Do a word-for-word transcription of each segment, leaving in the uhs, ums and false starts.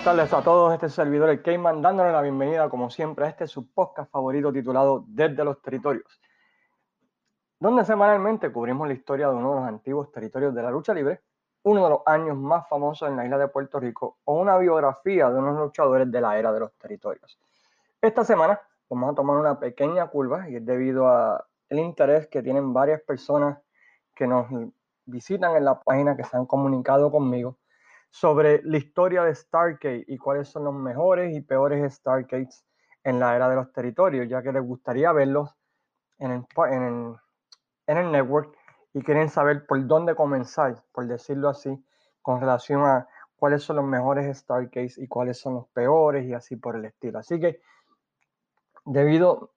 Buenas tardes a todos, este es el servidor el Cayman, dándole la bienvenida como siempre a este su podcast favorito titulado Desde los Territorios, donde semanalmente cubrimos la historia de uno de los antiguos territorios de la lucha libre, uno de los años más famosos en la isla de Puerto Rico o una biografía de unos luchadores de la era de los territorios. Esta semana vamos a tomar una pequeña curva y es debido al interés que tienen varias personas que nos visitan en la página, que se han comunicado conmigo sobre la historia de Starrcade y cuáles son los mejores y peores Starrcades en la era de los territorios, ya que les gustaría verlos en el, en el, en el network y quieren saber por dónde comenzar, por decirlo así, con relación a cuáles son los mejores Starrcades y cuáles son los peores y así por el estilo. Así que debido,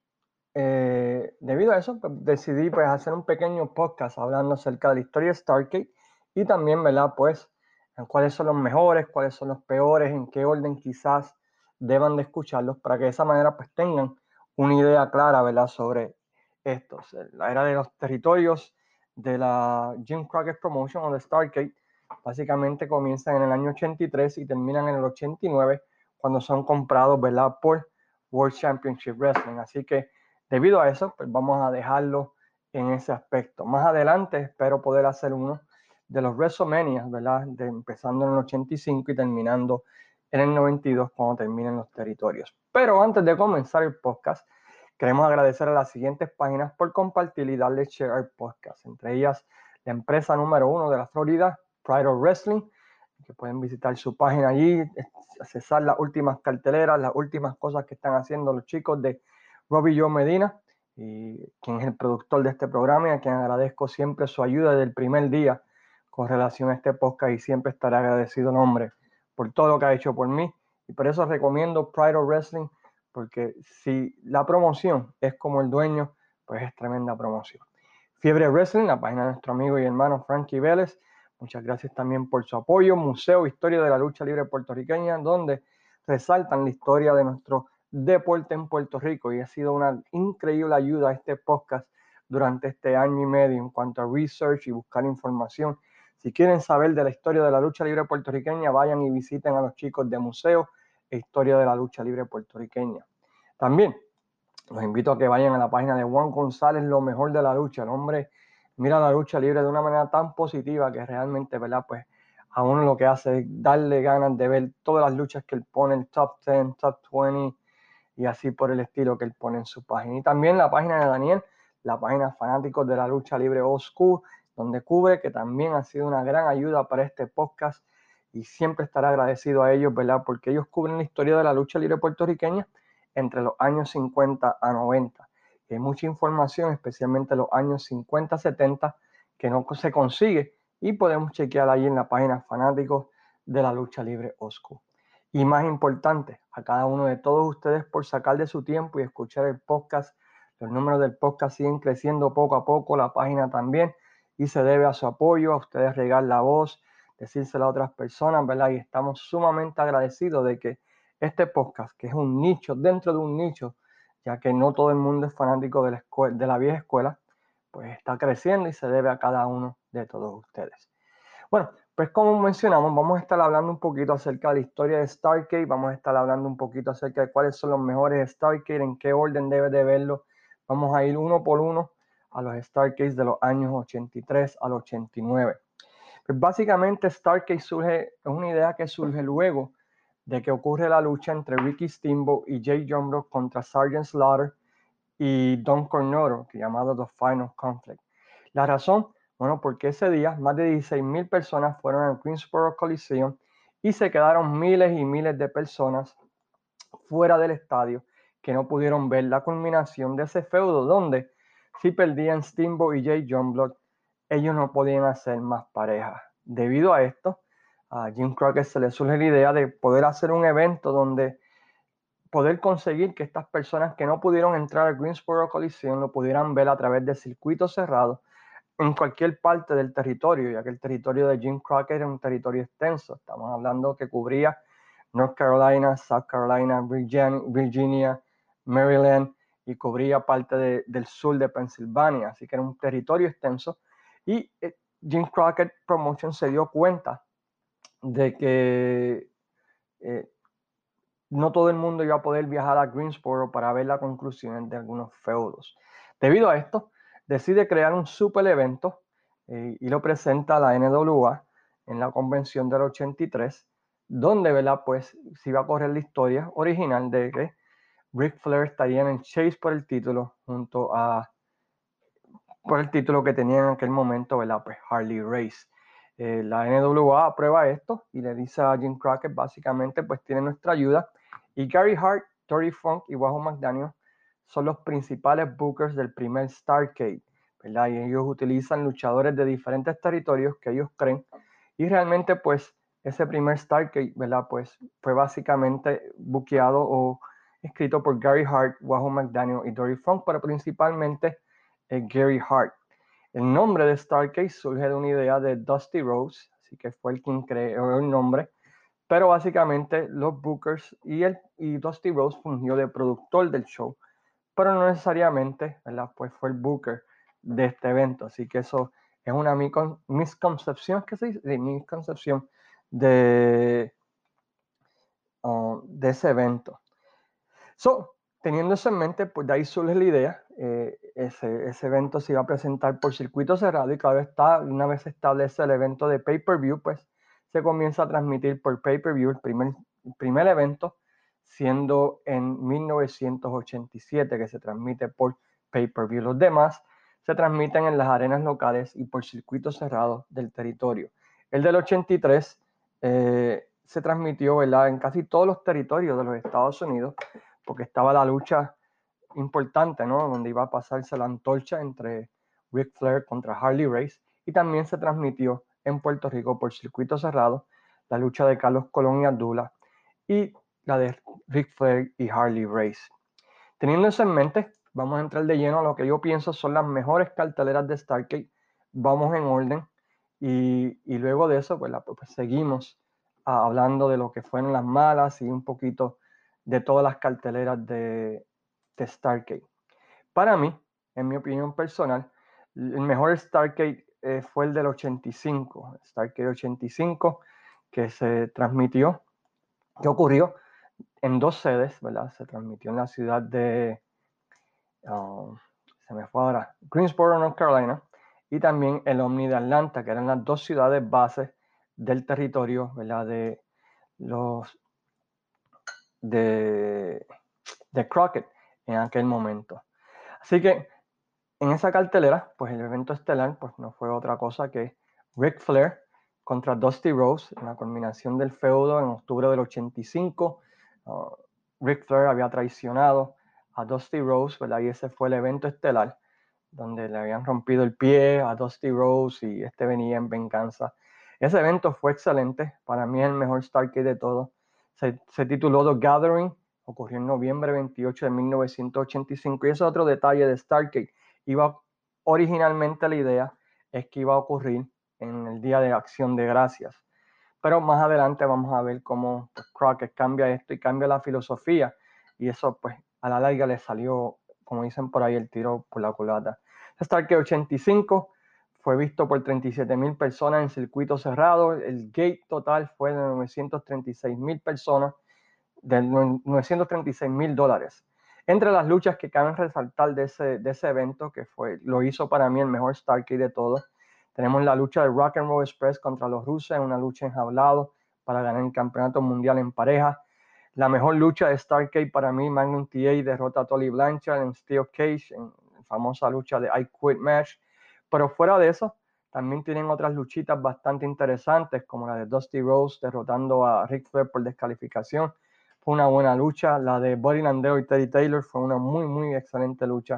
eh, debido a eso, pues, decidí pues, hacer un pequeño podcast hablando acerca de la historia de Starrcade y también, ¿verdad? Pues cuáles son los mejores, cuáles son los peores, en qué orden quizás deban de escucharlos, para que de esa manera pues tengan una idea clara, ¿verdad? Sobre estos. La era de los territorios de la Jim Crockett Promotion o de Starrcade básicamente comienzan en el año ochenta y tres y terminan en el ochenta y nueve cuando son comprados, ¿verdad? Por World Championship Wrestling. Así que debido a eso, pues vamos a dejarlo en ese aspecto. Más adelante espero poder hacer uno de los WrestleMania, ¿verdad? De, empezando en el ochenta y cinco y terminando en el noventa y dos cuando terminen los territorios. Pero antes de comenzar el podcast, queremos agradecer a las siguientes páginas por compartir y darle share al podcast. Entre ellas, la empresa número uno de la Florida, Pride of Wrestling, que pueden visitar su página allí, accesar las últimas carteleras, las últimas cosas que están haciendo los chicos de Robbie Joe Medina, y quien es el productor de este programa y a quien agradezco siempre su ayuda desde el primer día con relación a este podcast y siempre estaré agradecido, hombre, por todo lo que ha hecho por mí. Y por eso recomiendo Pride of Wrestling, porque si la promoción es como el dueño, pues es tremenda promoción. Fiebre Wrestling, la página de nuestro amigo y hermano Frankie Vélez. Muchas gracias también por su apoyo. Museo Historia de la Lucha Libre Puertorriqueña, donde resaltan la historia de nuestro deporte en Puerto Rico, y ha sido una increíble ayuda a este podcast durante este año y medio en cuanto a research y buscar información. Si quieren saber de la historia de la lucha libre puertorriqueña, vayan y visiten a los chicos de Museo e Historia de la Lucha Libre Puertorriqueña. También los invito a que vayan a la página de Juan González, Lo Mejor de la Lucha. El hombre mira la lucha libre de una manera tan positiva que realmente, ¿verdad? Pues a uno lo que hace es darle ganas de ver todas las luchas que él pone, el top diez, top veinte y así por el estilo que él pone en su página. Y también la página de Daniel, la página Fanáticos de la Lucha Libre Old School, donde cubre, que también ha sido una gran ayuda para este podcast y siempre estaré agradecido a ellos, ¿verdad? Porque ellos cubren la historia de la lucha libre puertorriqueña entre los años cincuenta a noventa. Y hay mucha información, especialmente los años cincuenta a setenta, que no se consigue y podemos chequear ahí en la página Fanáticos de la Lucha Libre Old School. Y más importante, a cada uno de todos ustedes por sacar de su tiempo y escuchar el podcast. Los números del podcast siguen creciendo poco a poco, la página también, y se debe a su apoyo, a ustedes regar la voz, decírselo a otras personas, ¿verdad? Y estamos sumamente agradecidos de que este podcast, que es un nicho dentro de un nicho, ya que no todo el mundo es fanático de la, escuela, de la vieja escuela, pues está creciendo y se debe a cada uno de todos ustedes. Bueno, pues como mencionamos, vamos a estar hablando un poquito acerca de la historia de Starrcade, vamos a estar hablando un poquito acerca de cuáles son los mejores Starrcade, en qué orden debe de verlo. Vamos a ir uno por uno a los Starrcades de los años ochenta y tres al ochenta y nueve. Pues básicamente Starrcade surge, es una idea que surge luego de que ocurre la lucha entre Ricky Steamboat y Jay Jungblut contra Sergeant Slaughter y Don Cornero, que llamado The Final Conflict. La razón, bueno, porque ese día más de dieciséis mil personas fueron al Greensboro Coliseum y se quedaron miles y miles de personas fuera del estadio que no pudieron ver la culminación de ese feudo, donde si perdían Steamboat y Jay Jungblut, ellos no podían hacer más pareja. Debido a esto, a Jim Crockett se le surge la idea de poder hacer un evento donde poder conseguir que estas personas que no pudieron entrar al Greensboro Coliseum lo pudieran ver a través de circuitos cerrados en cualquier parte del territorio, ya que el territorio de Jim Crockett era un territorio extenso. Estamos hablando que cubría North Carolina, South Carolina, Virginia, Virginia Maryland, y cubría parte de, del sur de Pensilvania, así que era un territorio extenso. Y eh, Jim Crockett Promotion se dio cuenta de que eh, no todo el mundo iba a poder viajar a Greensboro para ver la conclusión de algunos feudos. Debido a esto, decide crear un super evento eh, y lo presenta a la N W A en la convención del ochenta y tres, donde, ¿verdad?, pues se iba a correr la historia original de que Ric Flair estaría en el chase por el título junto a por el título que tenía en aquel momento, ¿verdad?, pues Harley Race. Eh, la N W A aprueba esto y le dice a Jim Crockett, básicamente, pues tiene nuestra ayuda. Y Gary Hart, Dory Funk y Wahoo McDaniel son los principales bookers del primer Starrcade, ¿verdad? Y ellos utilizan luchadores de diferentes territorios que ellos creen. Y realmente, pues, ese primer Starrcade, ¿verdad?, pues fue básicamente buqueado o escrito por Gary Hart, Wahoo McDaniel y Dory Funk, pero principalmente eh, Gary Hart. El nombre de Starrcade surge de una idea de Dusty Rhodes, así que fue el quien creó el nombre, pero básicamente los bookers y, el, y Dusty Rhodes fungió de productor del show, pero no necesariamente, ¿verdad?, pues fue el booker de este evento, así que eso es una misconcepción, ¿qué se dice? Sí, misconcepción de, uh, de ese evento. So, teniendo eso en mente, pues de ahí surge la idea. Eh, ese, ese evento se iba a presentar por circuito cerrado y cada vez está, una vez se establece el evento de pay-per-view, pues se comienza a transmitir por pay-per-view el primer, el primer evento, siendo en mil novecientos ochenta y siete que se transmite por pay-per-view. Los demás se transmiten en las arenas locales y por circuito cerrado del territorio. El del ochenta y tres eh, se transmitió, ¿verdad?, en casi todos los territorios de los Estados Unidos, porque estaba la lucha importante, ¿no?, donde iba a pasarse la antorcha entre Ric Flair contra Harley Race, y también se transmitió en Puerto Rico por circuito cerrado la lucha de Carlos Colón y Abdullah y la de Ric Flair y Harley Race. Teniendo eso en mente, vamos a entrar de lleno a lo que yo pienso son las mejores carteleras de Starrcade. Vamos en orden y, y luego de eso, pues, la, pues seguimos uh, hablando de lo que fueron las malas y un poquito de todas las carteleras de, de Starrcade. Para mí, en mi opinión personal, el mejor Starrcade eh, fue el del ochenta y cinco, Starrcade ochenta y cinco, que se transmitió, que ocurrió en dos sedes, ¿verdad? Se transmitió en la ciudad de, uh, se me fue ahora, Greensboro, North Carolina, y también el Omni de Atlanta, que eran las dos ciudades bases del territorio, ¿verdad?, de los de, de Crockett en aquel momento. Así que en esa cartelera, pues el evento estelar pues no fue otra cosa que Ric Flair contra Dusty Rhodes en la culminación del feudo en octubre del ochenta y cinco. Uh, Ric Flair había traicionado a Dusty Rhodes, ¿verdad? Y ese fue el evento estelar donde le habían rompido el pie a Dusty Rhodes y este venía en venganza. Ese evento fue excelente, para mí es el mejor Starrcade de todos. Se, se tituló The Gathering, ocurrió en noviembre veintiocho de mil novecientos ochenta y cinco y ese es otro detalle de Starrcade. Iba, originalmente la idea es que iba a ocurrir en el Día de Acción de Gracias, pero más adelante vamos a ver cómo pues, Crockett cambia esto y cambia la filosofía y eso pues a la larga le salió, como dicen por ahí, el tiro por la culata. Starrcade ochenta y cinco fue visto por treinta y siete mil personas en circuito cerrado. El gate total fue de novecientos treinta y seis mil personas, de novecientos treinta y seis mil dólares. Entre las luchas que caben resaltar de ese, de ese evento, que fue, lo hizo para mí el mejor Starrcade de todos, tenemos la lucha de Rock and Roll Express contra los rusos en una lucha enjaulado para ganar el campeonato mundial en pareja. La mejor lucha de Starrcade para mí, Magnum T A derrota a Tully Blanchard en Steel Cage, en la famosa lucha de I Quit Match. Pero fuera de eso, también tienen otras luchitas bastante interesantes, como la de Dusty Rhodes derrotando a Ric Flair por descalificación. Fue una buena lucha. La de Buddy Landeo y Teddy Taylor fue una muy, muy excelente lucha.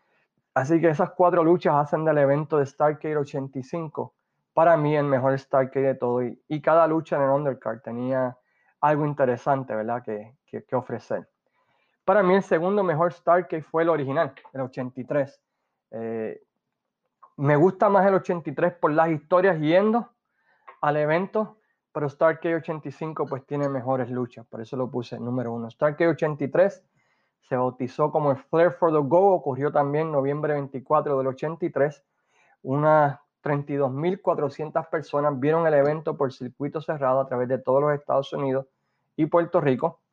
Así que esas cuatro luchas hacen del evento de Starrcade ochenta y cinco para mí el mejor Starrcade de todo. Y, y cada lucha en el undercard tenía algo interesante, ¿verdad?, que, que, que ofrecer. Para mí el segundo mejor Starrcade fue el original, el ochenta y tres. Eh, me gusta más el ochenta y tres por las historias yendo al evento, pero Starrcade ochenta y cinco pues tiene mejores luchas, por eso lo puse número uno. Starrcade ochenta y tres se bautizó como el Flair for the Go, ocurrió también noviembre veinticuatro del ochenta y tres. Unas treinta y dos mil cuatrocientas personas vieron el evento por circuito cerrado a través de todos los Estados Unidos y Puerto Rico.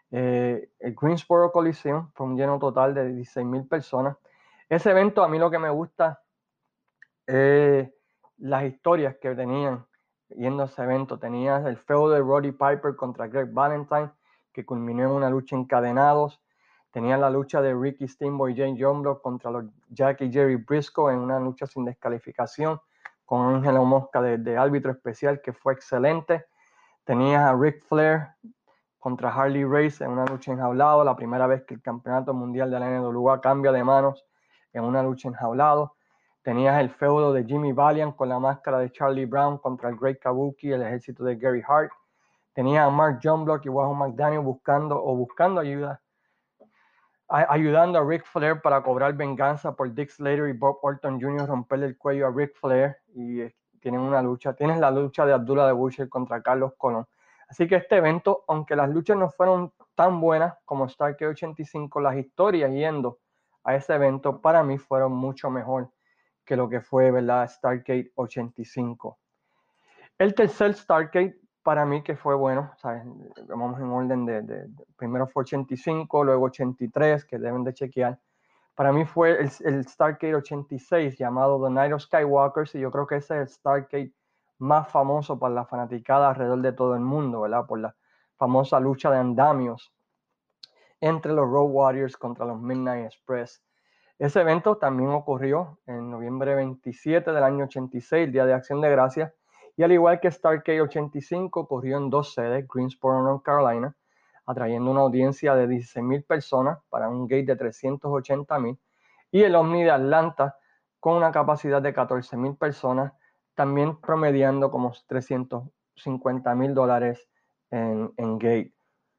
Eh, el Greensboro Coliseum fue un lleno total de dieciséis mil personas. Ese evento, a mí lo que me gusta es las historias que tenían yendo a ese evento. Tenías el feudo de Roddy Piper contra Greg Valentine, que culminó en una lucha encadenados. Tenían la lucha de Ricky Steamboat y Jane Youngblood contra los Jack y Jerry Briscoe en una lucha sin descalificación, con Ángela Mosca de, de árbitro especial, que fue excelente. Tenías a Ric Flair contra Harley Race en una lucha enjaulado, la primera vez que el campeonato mundial de la N W A cambia de manos en una lucha enjaulado. Tenías el feudo de Jimmy Valiant con la máscara de Charlie Brown contra el Great Kabuki, el ejército de Gary Hart. Tenías a Mark Youngblood y Wahoo McDaniel buscando o buscando ayuda, a, ayudando a Ric Flair para cobrar venganza por Dick Slater y Bob Orton junior romperle el cuello a Ric Flair, y eh, tienen una lucha. Tienes la lucha de Abdullah the Butcher contra Carlos Colón. Así que este evento, aunque las luchas no fueron tan buenas como Starrcade ochenta y cinco, las historias yendo a ese evento para mí fueron mucho mejor que lo que fue, ¿verdad?, Starrcade ochenta y cinco. El tercer Starrcade para mí que fue bueno, ¿sabes? Vamos en orden de, de, de primero fue ochenta y cinco, luego ochenta y tres, que deben de chequear. Para mí fue el, el Starrcade ochenta y seis, llamado The Night of Skywalkers, y yo creo que ese es el Starrcade más famoso para la fanaticada alrededor de todo el mundo, ¿verdad? Por la famosa lucha de andamios entre los Road Warriors contra los Midnight Express. Ese evento también ocurrió en noviembre veintisiete del año ochenta y seis, Día de Acción de Gracias, y al igual que Starrcade ochenta y cinco, ocurrió en dos sedes, Greensboro, North Carolina, atrayendo una audiencia de dieciséis mil personas para un gate de trescientos ochenta mil, y el Omni de Atlanta con una capacidad de catorce mil personas, también promediando como trescientos cincuenta mil dólares en, en gate.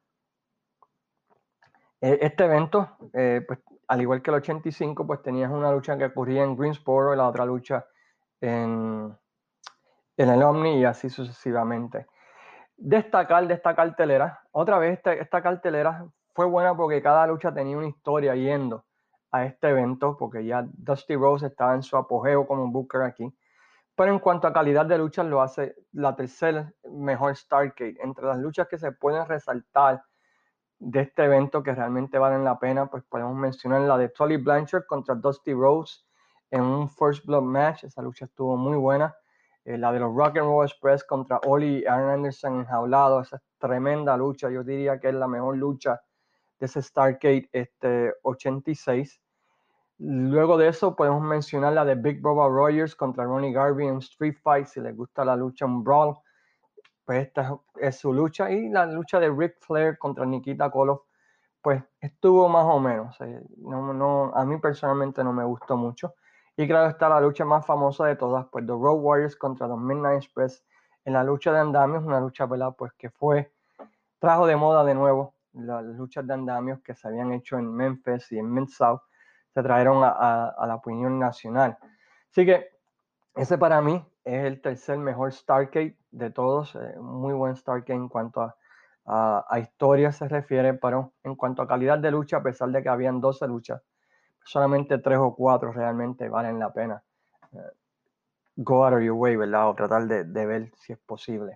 Este evento, eh, pues, al igual que el ochenta y cinco, pues tenías una lucha que ocurría en Greensboro y la otra lucha en, en el Omni, y así sucesivamente. Destacar de esta cartelera, otra vez esta, esta cartelera fue buena porque cada lucha tenía una historia yendo a este evento, porque ya Dusty Rhodes estaba en su apogeo como Booker aquí. Pero en cuanto a calidad de luchas, lo hace la tercera mejor Starrcade. Entre las luchas que se pueden resaltar de este evento que realmente valen la pena, pues podemos mencionar la de Tully Blanchard contra Dusty Rhodes en un First Blood match. Esa lucha estuvo muy buena. Eh, la de los Rock and Roll Express contra Oli y Arn Anderson enjaulado, esa es tremenda lucha. Yo diría que es la mejor lucha de ese Starrcade este, ochenta y seis. Luego de eso podemos mencionar la de Big Bubba Rogers contra Ronnie Garvey en Street Fight. Si les gusta la lucha en Brawl, pues esta es su lucha. Y la lucha de Ric Flair contra Nikita Koloff, pues estuvo más o menos. Eh, no, no, a mí personalmente no me gustó mucho. Y claro está la lucha más famosa de todas, pues The Road Warriors contra los Midnight Express en la lucha de andamios, una lucha, ¿verdad?, pues que fue, trajo de moda de nuevo las luchas de andamios que se habían hecho en Memphis y en Mid-South, se trajeron a, a, a la opinión nacional. Así que ese para mí es el tercer mejor Starrcade de todos, eh, muy buen Starrcade en cuanto a, a, a historia se refiere, pero en cuanto a calidad de lucha, a pesar de que habían doce luchas, solamente tres o cuatro realmente valen la pena. Uh, go out of your way, ¿verdad? O tratar de, de ver si es posible.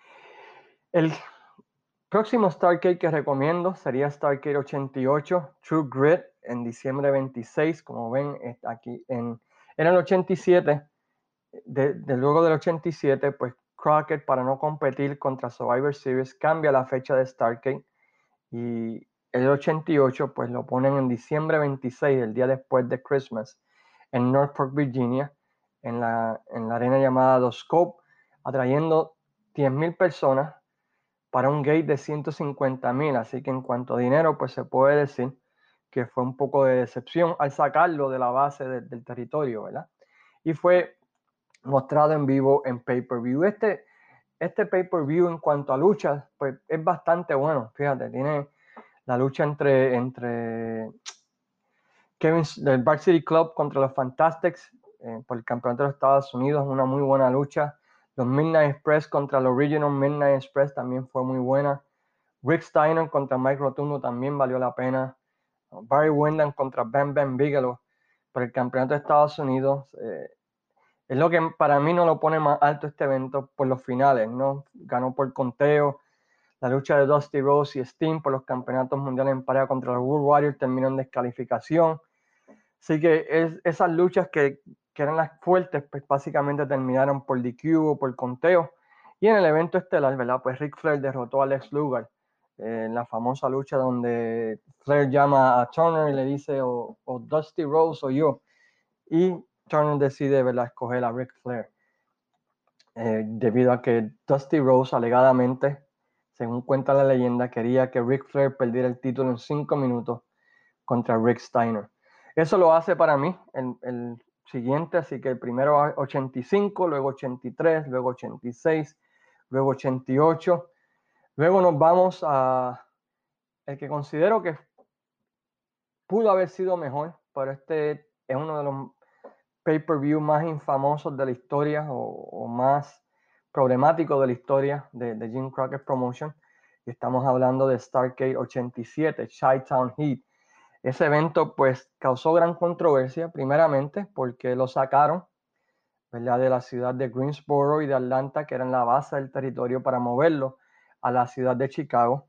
El próximo Starrcade que recomiendo sería Starrcade ochenta y ocho, True Grit, en diciembre veintiséis. Como ven, aquí en, en el ochenta y siete, de, de luego del ochenta y siete, pues Crockett, para no competir contra Survivor Series, cambia la fecha de Starrcade, y el ochenta y ocho pues lo ponen en diciembre veintiséis, el día después de Christmas, en Norfolk, Virginia, en la, en la arena llamada The Scope, atrayendo diez mil personas para un gate de ciento cincuenta mil. Así que en cuanto a dinero, pues se puede decir que fue un poco de decepción al sacarlo de la base de, del territorio, ¿verdad? Y fue mostrado en vivo en pay-per-view. Este, este pay-per-view en cuanto a luchas, pues es bastante bueno. Fíjate, tiene la lucha entre, entre Kevin del Bar City Club contra los Fantastics eh, por el campeonato de los Estados Unidos, una muy buena lucha. Los Midnight Express contra los Original Midnight Express también fue muy buena. Rick Steiner contra Mike Rotundo también valió la pena. Barry Windham contra Bam Bam Bigelow por el campeonato de Estados Unidos. Eh, es lo que para mí no lo pone más alto este evento por los finales, ¿no? Ganó por conteo. La lucha de Dusty Rhodes y Sting por los campeonatos mundiales en pareja contra los World Warriors terminó en descalificación. Así que es, esas luchas que, que eran las fuertes, pues básicamente terminaron por D Q o por conteo. Y en el evento estelar, ¿verdad? Pues Ric Flair derrotó a Lex Luger eh, en la famosa lucha donde Flair llama a Turner y le dice o, o Dusty Rhodes o yo. Y Turner decide, ¿verdad?, escoger a Ric Flair. Eh, debido a que Dusty Rhodes alegadamente, según cuenta la leyenda, quería que Ric Flair perdiera el título en cinco minutos contra Rick Steiner. Eso lo hace para mí el, el siguiente, así que el primero ochenta y cinco, luego ochenta y tres, luego ochenta y seis, luego ochenta y ocho. Luego nos vamos a el que considero que pudo haber sido mejor, pero este es uno de los pay-per-view más infamosos de la historia o, o más problemáticos de la historia de, de Jim Crockett Promotion. Y estamos hablando de Starrcade ochenta y siete, Chi-Town Heat. Ese evento pues causó gran controversia, primeramente porque lo sacaron, ¿verdad?, de la ciudad de Greensboro y de Atlanta, que eran la base del territorio, para moverlo a la ciudad de Chicago.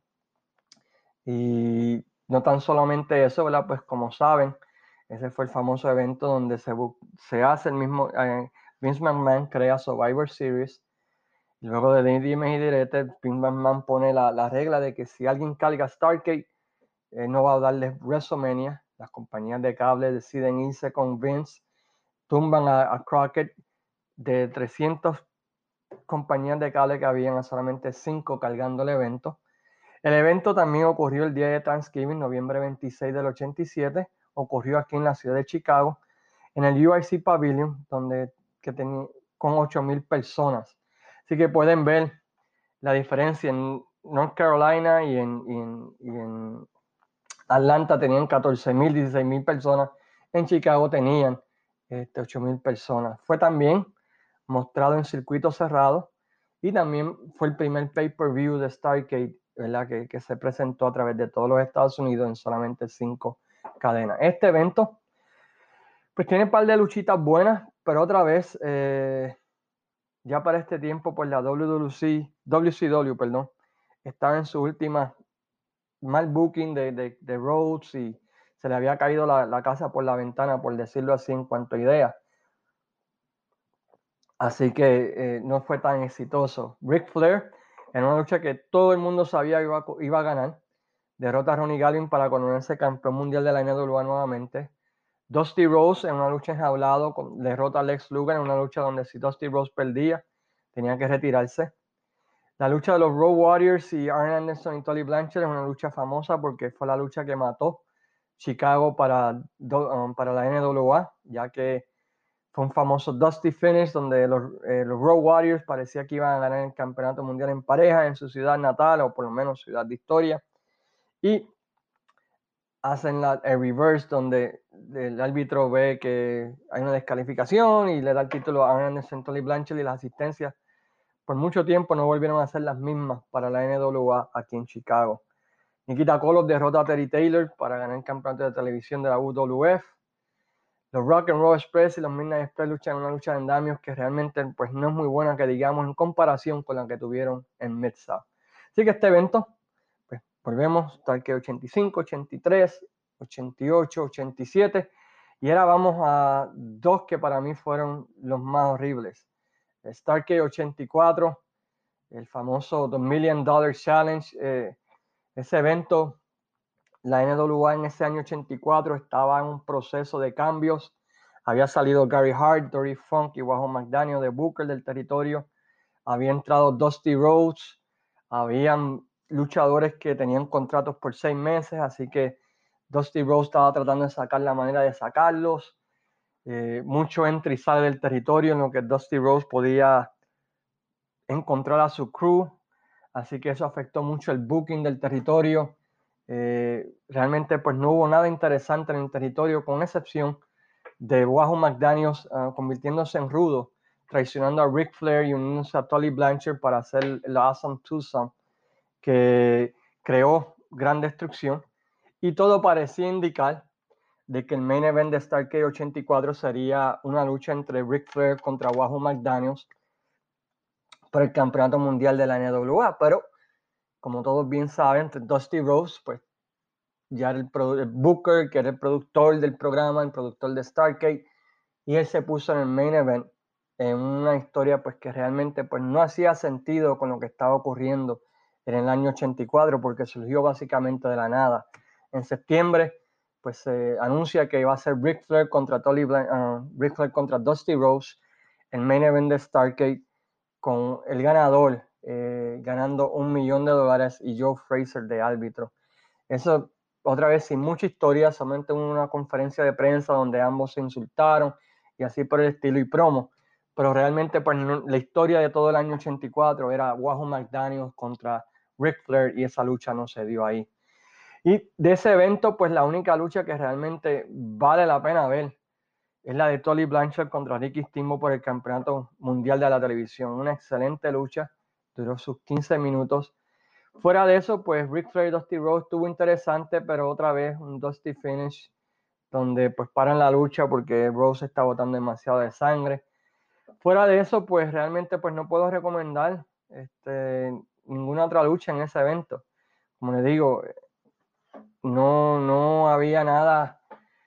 Y no tan solamente eso, ¿verdad? Pues como saben, ese fue el famoso evento donde se, se hace el mismo, eh, Vince McMahon crea Survivor Series. Y luego de dimes y diretes, Vince McMahon pone la, la regla de que si alguien carga Starrcade, eh, no va a darles WrestleMania. Las compañías de cable deciden irse con Vince, tumban a, a Crockett. De trescientas compañías de cable que habían, a solamente cinco cargando el evento. El evento también ocurrió el día de Thanksgiving, noviembre veintiséis del ochenta y siete. Ocurrió aquí en la ciudad de Chicago, en el U I C Pavilion, donde, que tenía, con ocho mil personas. Así que pueden ver la diferencia. En North Carolina y en, y en, y en Atlanta tenían catorce mil, dieciséis mil personas. En Chicago tenían este, ocho mil personas. Fue también mostrado en circuito cerrado y también fue el primer pay-per-view de Starrcade, ¿verdad?, que, que se presentó a través de todos los Estados Unidos en solamente cinco cadenas. Este evento pues tiene un par de luchitas buenas, pero otra vez eh, ya para este tiempo pues la W W C, W C W, perdón, estaba en su última mal booking de, de, de Rhodes y se le había caído la, la casa por la ventana, por decirlo así, en cuanto a ideas. Así que eh, no fue tan exitoso. Ric Flair, en una lucha que todo el mundo sabía que iba, iba a ganar, derrota a Ronnie Garvin para coronarse campeón mundial de la N W A nuevamente. Dusty Rhodes, en una lucha enjaulado, con, derrota a Lex Luger en una lucha donde si Dusty Rhodes perdía, tenía que retirarse. La lucha de los Road Warriors y Arn Anderson y Tully Blanchard es una lucha famosa porque fue la lucha que mató Chicago para, um, para la N W A, ya que fue un famoso Dusty Finish donde los, eh, los Road Warriors parecía que iban a ganar el campeonato mundial en pareja en su ciudad natal, o por lo menos ciudad de historia. Y hacen la, el reverse donde el árbitro ve que hay una descalificación y le da el título a Arn Anderson, Tully Blanchard, y las asistencias por mucho tiempo no volvieron a ser las mismas para la N W A aquí en Chicago. Nikita Koloff derrota a Terry Taylor para ganar el campeonato de televisión de la U W F. Los Rock and Roll Express y los Midnight Express luchan en una lucha de andamios que realmente pues, no es muy buena, que digamos, en comparación con la que tuvieron en Mid-South. Así que este evento, pues volvemos, tal que ochenta y cinco, ochenta y tres, ochenta y ocho, ochenta y siete. Y ahora vamos a dos que para mí fueron los más horribles. Starrcade ochenta y cuatro, el famoso The Million Dollar Challenge. Eh, ese evento, la N W A en ese año ochenta y cuatro estaba en un proceso de cambios. Había salido Gary Hart, Dory Funk y Wahoo McDaniel de Booker del territorio. Había entrado Dusty Rhodes. Habían luchadores que tenían contratos por seis meses, así que Dusty Rhodes estaba tratando de sacar la manera de sacarlos. Eh, mucho entra y sale del territorio en lo que Dusty Rhodes podía encontrar a su crew, así que eso afectó mucho el booking del territorio. Eh, realmente pues no hubo nada interesante en el territorio, con excepción de Wahoo McDaniels uh, convirtiéndose en rudo, traicionando a Ric Flair y uniéndose a Tully Blanchard para hacer el Awesome Twosome, que creó gran destrucción, y todo parecía indicar de que el main event de Starrcade ochenta y cuatro sería una lucha entre Ric Flair contra Wahoo McDaniels por el campeonato mundial de la N W A, pero como todos bien saben, Dusty Rhodes, pues ya era el, el Booker, que era el productor del programa, el productor de Starrcade, y él se puso en el main event en una historia pues que realmente pues no hacía sentido con lo que estaba ocurriendo en el año ochenta y cuatro, porque surgió básicamente de la nada. En septiembre pues se eh, anuncia que iba a ser Ric Flair contra Tully Blanchard, uh, Ric Flair contra Dusty Rhodes, el main event de Starrcade, con el ganador eh, ganando un millón de dólares y Joe Frazier de árbitro. Eso, otra vez, sin mucha historia, solamente una conferencia de prensa donde ambos se insultaron y así por el estilo y promo. Pero realmente, pues, no, la historia de todo el año ochenta y cuatro era Wahoo McDaniel contra Ric Flair y esa lucha no se dio ahí. Y de ese evento, pues, la única lucha que realmente vale la pena ver es la de Tully Blanchard contra Ricky Steamboat por el campeonato mundial de la televisión. Una excelente lucha, duró sus quince minutos. Fuera de eso, pues Ric Flair y Dusty Rhodes estuvo interesante, pero otra vez un Dusty finish donde pues paran la lucha porque Rhodes está botando demasiado de sangre. Fuera de eso, pues realmente pues no puedo recomendar este, ninguna otra lucha en ese evento. Como les digo, no, no había nada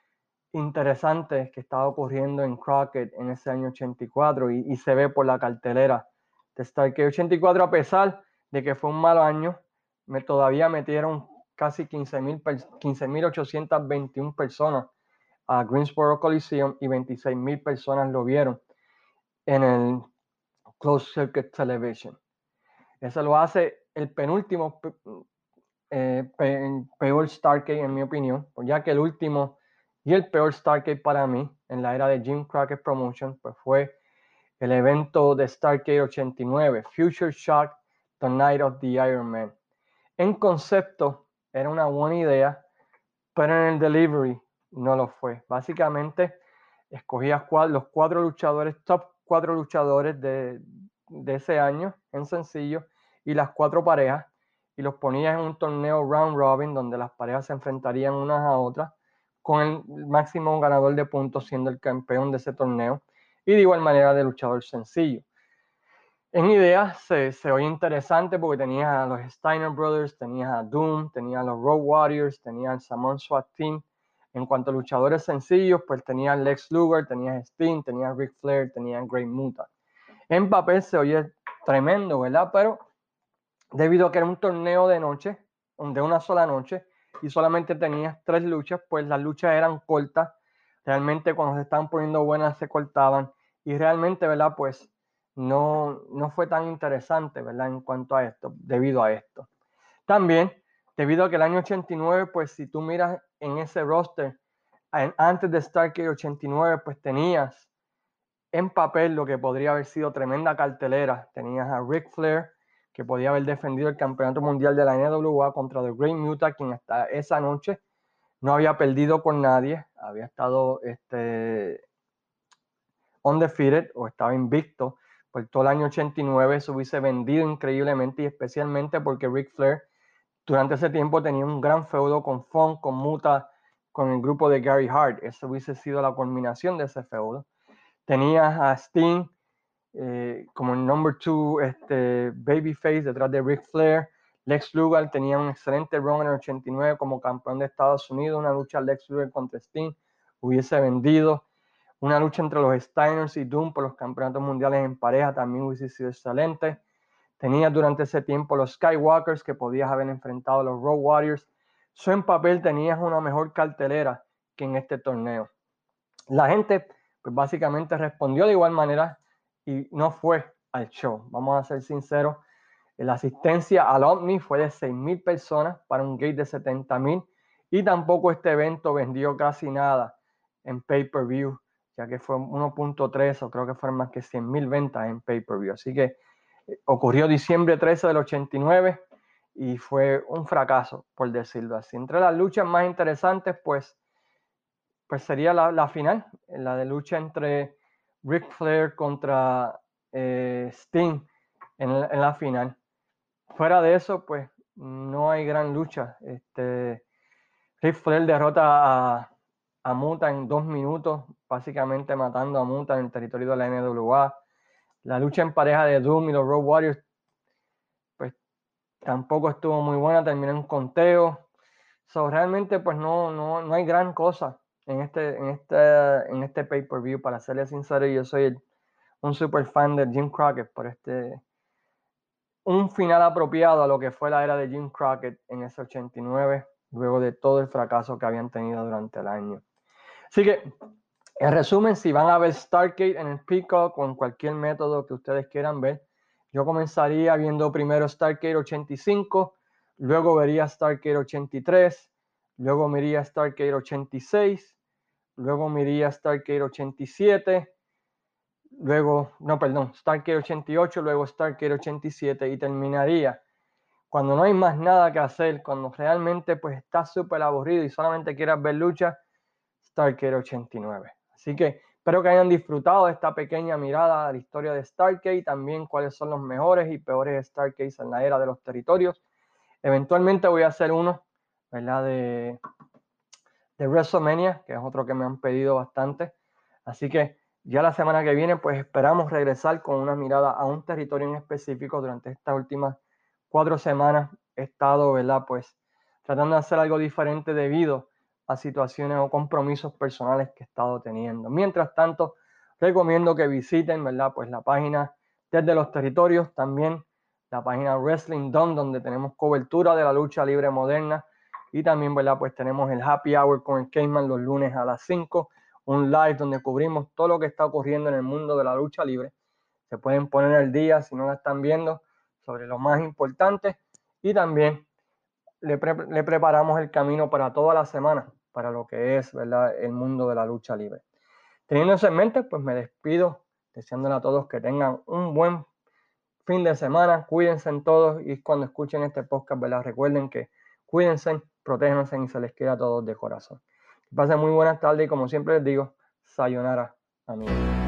interesante que estaba ocurriendo en Crockett en ese año ochenta y cuatro y, y se ve por la cartelera de Starrcade ochenta y cuatro, a pesar de que fue un mal año, me todavía metieron casi quince mil ochocientas veintiuna personas a Greensboro Coliseum y veintiséis mil personas lo vieron en el Closed Circuit Television. Eso lo hace el penúltimo eh, pe peor Starrcade en mi opinión, ya que el último y el peor Starrcade para mí en la era de Jim Crockett Promotion pues fue el evento de Starrcade ochenta y nueve, Future Shock, The Night of the Iron Man. En concepto era una buena idea, pero en el delivery no lo fue. Básicamente escogías los cuatro luchadores, top cuatro luchadores de, de ese año en sencillo y las cuatro parejas y los ponías en un torneo round robin donde las parejas se enfrentarían unas a otras con el máximo ganador de puntos siendo el campeón de ese torneo y de igual manera de luchador sencillo. En ideas se, se oye interesante porque tenías a los Steiner Brothers, tenías a Doom, tenías a los Road Warriors, tenías al Samoan SWAT Team. En cuanto a luchadores sencillos, pues tenías Lex Luger, tenías Sting, tenías Ric Flair, tenías Great Muta. En papel se oye tremendo, ¿verdad? Pero debido a que era un torneo de noche, de una sola noche, y solamente tenías tres luchas, pues las luchas eran cortas. Realmente cuando se estaban poniendo buenas se cortaban. Y realmente, ¿verdad? Pues no, no fue tan interesante, ¿verdad? En cuanto a esto, debido a esto. También, debido a que el año ochenta y nueve, pues si tú miras en ese roster, antes de Starrcade ochenta y nueve, pues tenías en papel lo que podría haber sido tremenda cartelera. Tenías a Ric Flair, que podía haber defendido el campeonato mundial de la N W A contra The Great Muta, quien hasta esa noche no había perdido con nadie, había estado este, undefeated o estaba invicto por todo el año ochenta y nueve. Se hubiese vendido increíblemente y especialmente porque Ric Flair durante ese tiempo tenía un gran feudo con Funk, con Muta, con el grupo de Gary Hart. Eso hubiese sido la culminación de ese feudo. Tenías a Sting eh, como el number two este, babyface detrás de Ric Flair. Lex Luger tenía un excelente run en el ochenta y nueve como campeón de Estados Unidos. Una lucha Lex Luger contra Sting hubiese vendido. Una lucha entre los Steiners y Doom por los campeonatos mundiales en pareja también hubiese sido excelente. Tenías durante ese tiempo los Skywalkers que podías haber enfrentado a los Road Warriors. So, en papel tenías una mejor cartelera que en este torneo. La gente pues básicamente respondió de igual manera y no fue al show. Vamos a ser sinceros, la asistencia al Omni fue de seis mil personas para un gate de setenta mil y tampoco este evento vendió casi nada en pay-per-view, ya que fue uno punto tres o creo que fueron más que cien mil ventas en pay-per-view. Así que eh, ocurrió diciembre trece del ochenta y nueve y fue un fracaso, por decirlo así. Entre las luchas más interesantes, pues pues sería la, la final, la de lucha entre Ric Flair contra eh, Sting en la, en la final. Fuera de eso, pues no hay gran lucha. Este, Ric Flair derrota a, a Muta en dos minutos, básicamente matando a Muta en el territorio de la N W A. La lucha en pareja de Doom y los Road Warriors, pues tampoco estuvo muy buena, terminó en conteo. So, realmente pues no, no, no hay gran cosa en este, en este, en este pay-per-view, para serles sincero. Yo soy el, un super fan de Jim Crockett por este, un final apropiado a lo que fue la era de Jim Crockett en ese ochenta y nueve, luego de todo el fracaso que habían tenido durante el año. Así que, en resumen, si van a ver Starrcade en el Peacock o en cualquier método que ustedes quieran ver, yo comenzaría viendo primero Starrcade ochenta y cinco, luego vería Starrcade ochenta y tres, luego me iría Starrcade ochenta y seis, luego me iría Starrcade ochenta y siete, luego, no, perdón, Starrcade ochenta y ocho, luego Starrcade ochenta y siete y terminaría cuando no hay más nada que hacer, cuando realmente pues estás súper aburrido y solamente quieras ver lucha, Starrcade ochenta y nueve. Así que espero que hayan disfrutado de esta pequeña mirada a la historia de Starrcade, también cuáles son los mejores y peores Starrcades en la era de los territorios. Eventualmente voy a hacer uno, ¿verdad? De, de WrestleMania, que es otro que me han pedido bastante. Así que ya la semana que viene pues esperamos regresar con una mirada a un territorio en específico. Durante estas últimas cuatro semanas he estado, ¿verdad? Pues tratando de hacer algo diferente debido a situaciones o compromisos personales que he estado teniendo. Mientras tanto, recomiendo que visiten, ¿verdad? Pues la página Desde los Territorios, también la página Wrestling Dome, donde tenemos cobertura de la lucha libre moderna, y también, ¿verdad? Pues tenemos el Happy Hour con el Cayman los lunes a las cinco, un live donde cubrimos todo lo que está ocurriendo en el mundo de la lucha libre. Se pueden poner al día, si no la están viendo, sobre lo más importante, y también le, pre le preparamos el camino para toda la semana, para lo que es, ¿verdad?, el mundo de la lucha libre. Teniendo eso en mente, pues me despido, deseándole a todos que tengan un buen fin de semana. Cuídense en todos, y cuando escuchen este podcast, ¿verdad?, recuerden que cuídense, protéjanse y se les quiera a todos de corazón. Que pasen muy buenas tardes y, como siempre les digo, sayonara, amigos.